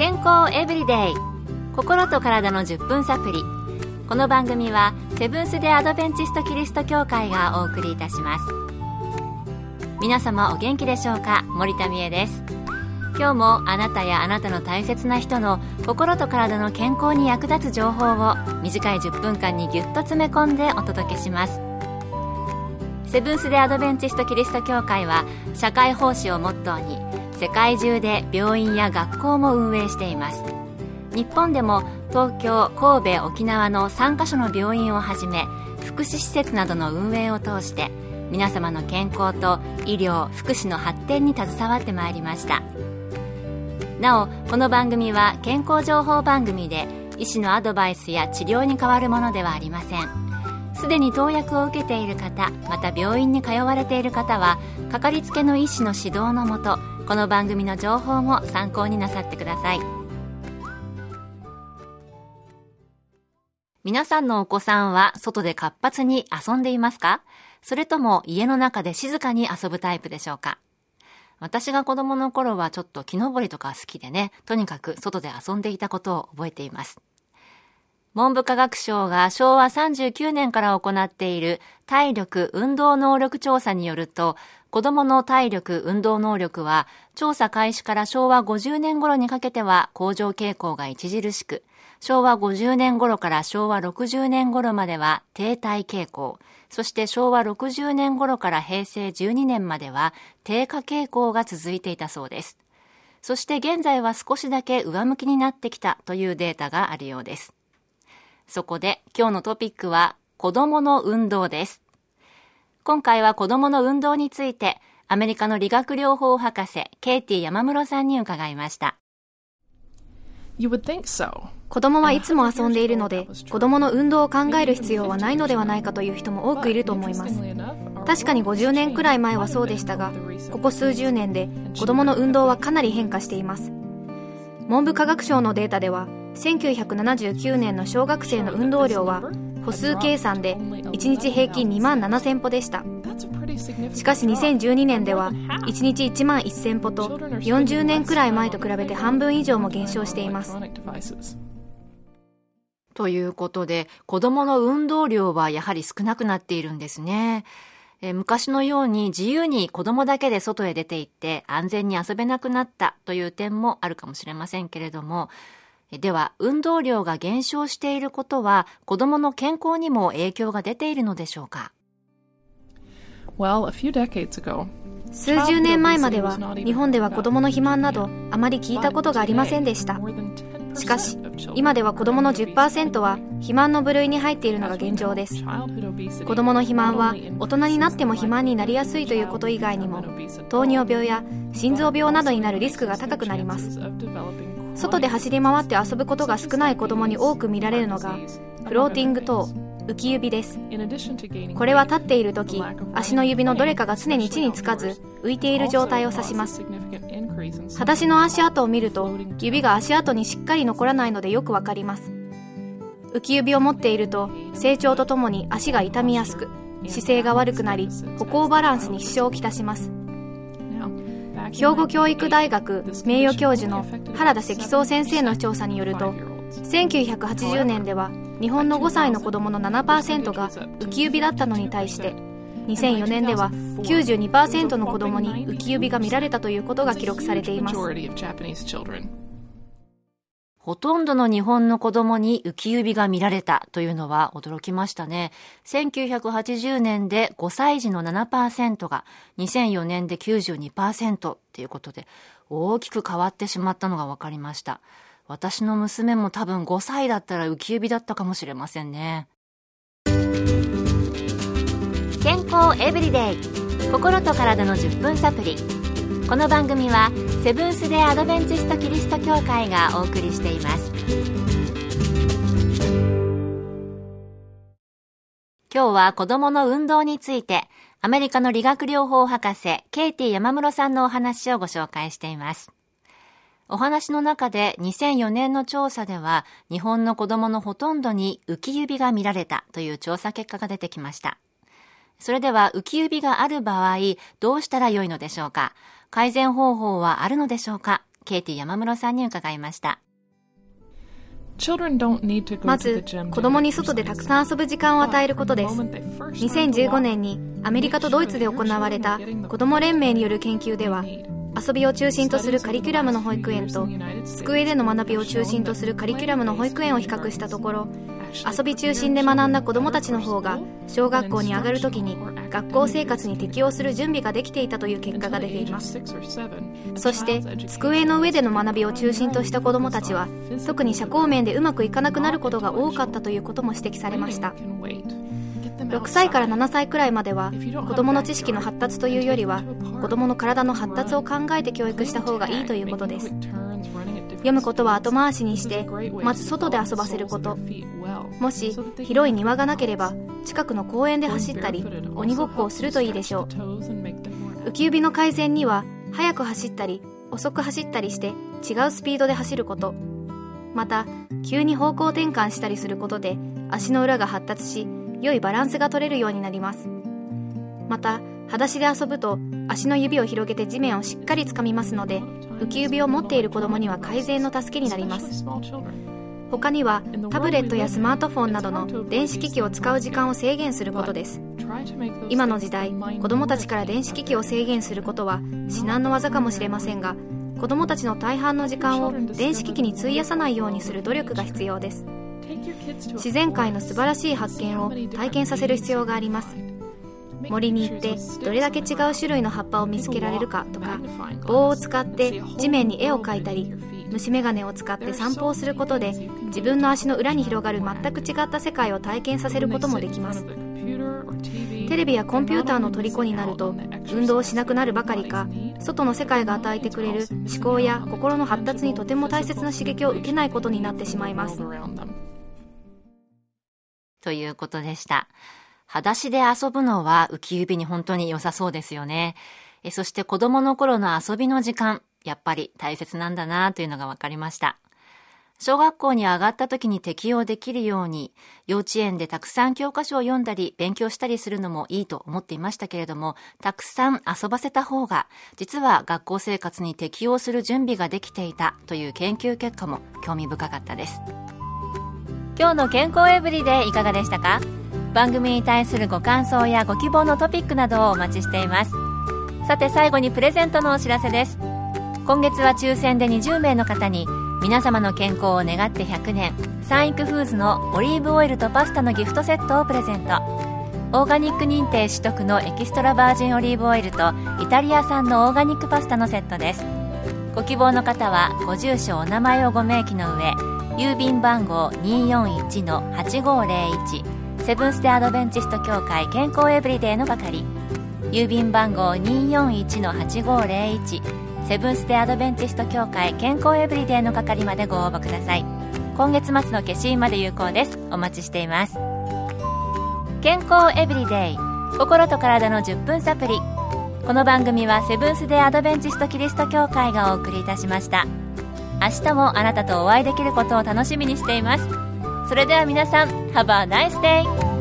健康エブリデイ、心と体の10分サプリ。この番組はセブンス・デ・アドベンチスト・キリスト教会がお送りいたします。皆様お元気でしょうか。森田美恵です。今日もあなたやあなたの大切な人の心と体の健康に役立つ情報を短い10分間にぎゅっと詰め込んでお届けします。セブンス・デ・アドベンチスト・キリスト教会は社会奉仕をモットーに世界中で病院や学校も運営しています。日本でも東京、神戸、沖縄の3カ所の病院をはじめ福祉施設などの運営を通して皆様の健康と医療・福祉の発展に携わってまいりました。なお、この番組は健康情報番組で医師のアドバイスや治療に代わるものではありません。すでに投薬を受けている方、また病院に通われている方はかかりつけの医師の指導のもと、この番組の情報も参考になさってください。皆さんのお子さんは外で活発に遊んでいますか？それとも家の中で静かに遊ぶタイプでしょうか？私が子供の頃はちょっと木登りとか好きでね、とにかく外で遊んでいたことを覚えています。文部科学省が昭和39年から行っている体力運動能力調査によると、子供の体力運動能力は調査開始から昭和50年頃にかけては向上傾向が著しく、昭和50年頃から昭和60年頃までは停滞傾向、そして昭和60年頃から平成12年までは低下傾向が続いていたそうです。そして現在は少しだけ上向きになってきたというデータがあるようです。そこで今日のトピックは子供の運動です。今回は子供の運動についてアメリカの理学療法博士ケイティ山室さんに伺いました。 子供はいつも遊んでいるので、子供の運動を考える必要はないのではないかという人も多くいると思います。確かに50年くらい前はそうでしたが、ここ数十年で子供の運動はかなり変化しています。文部科学省のデータでは、1979年の小学生の運動量は歩数計算で1日平均2万7000歩でした。しかし2012年では1日1万1000歩と40年くらい前と比べて半分以上も減少しています。 ということで、子どもの運動量はやはり少なくなっているんですね。昔のように自由に子どもだけで外へ出て行って安全に遊べなくなったという点もあるかもしれませんけれども、では運動量が減少していることは子どもの健康にも影響が出ているのでしょうか？ 数十年前までは日本では子どもの肥満などあまり聞いたことがありませんでした。しかし今では子どもの 10% は肥満の部類に入っているのが現状です。子どもの肥満は大人になっても肥満になりやすいということ以外にも、糖尿病や心臓病などになるリスクが高くなります。外で走り回って遊ぶことが少ない子どもに多く見られるのがフローティングトー、浮き指です。これは立っているとき、足の指のどれかが常に地につかず浮いている状態を指します。裸足の足跡を見ると、指が足跡にしっかり残らないのでよくわかります。浮き指を持っていると成長とともに足が痛みやすく、姿勢が悪くなり歩行バランスに支障をきたします。兵庫教育大学名誉教授の原田積宗先生の調査によると、1980年では日本の5歳の子どもの 7% が浮き指だったのに対して、2004年では 92% の子どもに浮き指が見られたということが記録されています。 ほとんどの日本の子供に浮き指が見られたというのは驚きましたね。1980年で5歳児の 7% が2004年で 92% ということで、大きく変わってしまったのが分かりました。私の娘も多分5歳だったら浮き指だったかもしれませんね。健康エブリデイ、心と体の10分サプリ。この番組はセブンス・デ・アドベンチスト・キリスト教会がお送りしています。今日は子どもの運動についてアメリカの理学療法博士ケイティ山室さんのお話をご紹介しています。お話の中で2004年の調査では日本の子どものほとんどに浮き指が見られたという調査結果が出てきました。それでは浮き指がある場合どうしたらよいのでしょうか？改善方法はあるのでしょうか？ ケイティ山室さんに伺いました。 まず、子供に外でたくさん遊ぶ時間を与えることです。2015年にアメリカとドイツで行われた子供連盟による研究では、遊びを中心とするカリキュラムの保育園と机での学びを中心とするカリキュラムの保育園を比較したところ、遊び中心で学んだ子どもたちの方が小学校に上がるときに学校生活に適応する準備ができていたという結果が出ています。そして机の上での学びを中心とした子どもたちは特に社交面でうまくいかなくなることが多かったということも指摘されました。6歳から7歳くらいまでは子どもの知識の発達というよりは子どもの体の発達を考えて教育した方がいいということです。読むことは後回しにしてまず外で遊ばせること、もし広い庭がなければ近くの公園で走ったり鬼ごっこをするといいでしょう。浮き指の改善には速く走ったり遅く走ったりして違うスピードで走ること、また急に方向転換したりすることで足の裏が発達し良いバランスが取れるようになります。また裸足で遊ぶと足の指を広げて地面をしっかりつかみますので浮き指を持っている子どもには改善の助けになります。他にはタブレットやスマートフォンなどの電子機器を使う時間を制限することです。今の時代子どもたちから電子機器を制限することは至難の業かもしれませんが、子どもたちの大半の時間を電子機器に費やさないようにする努力が必要です。自然界の素晴らしい発見を体験させる必要があります。森に行ってどれだけ違う種類の葉っぱを見つけられるかとか、棒を使って地面に絵を描いたり、虫眼鏡を使って散歩をすることで自分の足の裏に広がる全く違った世界を体験させることもできます。テレビやコンピューターの虜になると運動をしなくなるばかりか、外の世界が与えてくれる思考や心の発達にとても大切な刺激を受けないことになってしまいます。 ということでした。裸足で遊ぶのは浮き指に本当に良さそうですよね。そして子供の頃の遊びの時間、やっぱり大切なんだなというのが分かりました。小学校に上がった時に適用できるように、幼稚園でたくさん教科書を読んだり勉強したりするのもいいと思っていましたけれども、たくさん遊ばせた方が実は学校生活に適応する準備ができていたという研究結果も興味深かったです。今日の健康エブリデイいかがでしたか？番組に対するご感想やご希望のトピックなどをお待ちしています。さて最後にプレゼントのお知らせです。今月は抽選で20名の方に皆様の健康を願って100年サンイクフーズのオリーブオイルとパスタのギフトセットをプレゼント。オーガニック認定取得のエキストラバージンオリーブオイルとイタリア産のオーガニックパスタのセットです。ご希望の方はご住所お名前をご明記の上、郵便番号 241-8501 セブンス・デ・アドベンチスト協会健康エブリデイの係、郵便番号 241-8501 セブンス・デ・アドベンチスト協会健康エブリデイの係までご応募ください。今月末の消印まで有効です。お待ちしています。健康エブリデイ、心と体の10分サプリ。この番組はセブンス・デ・アドベンチストキリスト教会がお送りいたしました。明日もあなたとお会いできることを楽しみにしています。それでは皆さん、Have a nice day!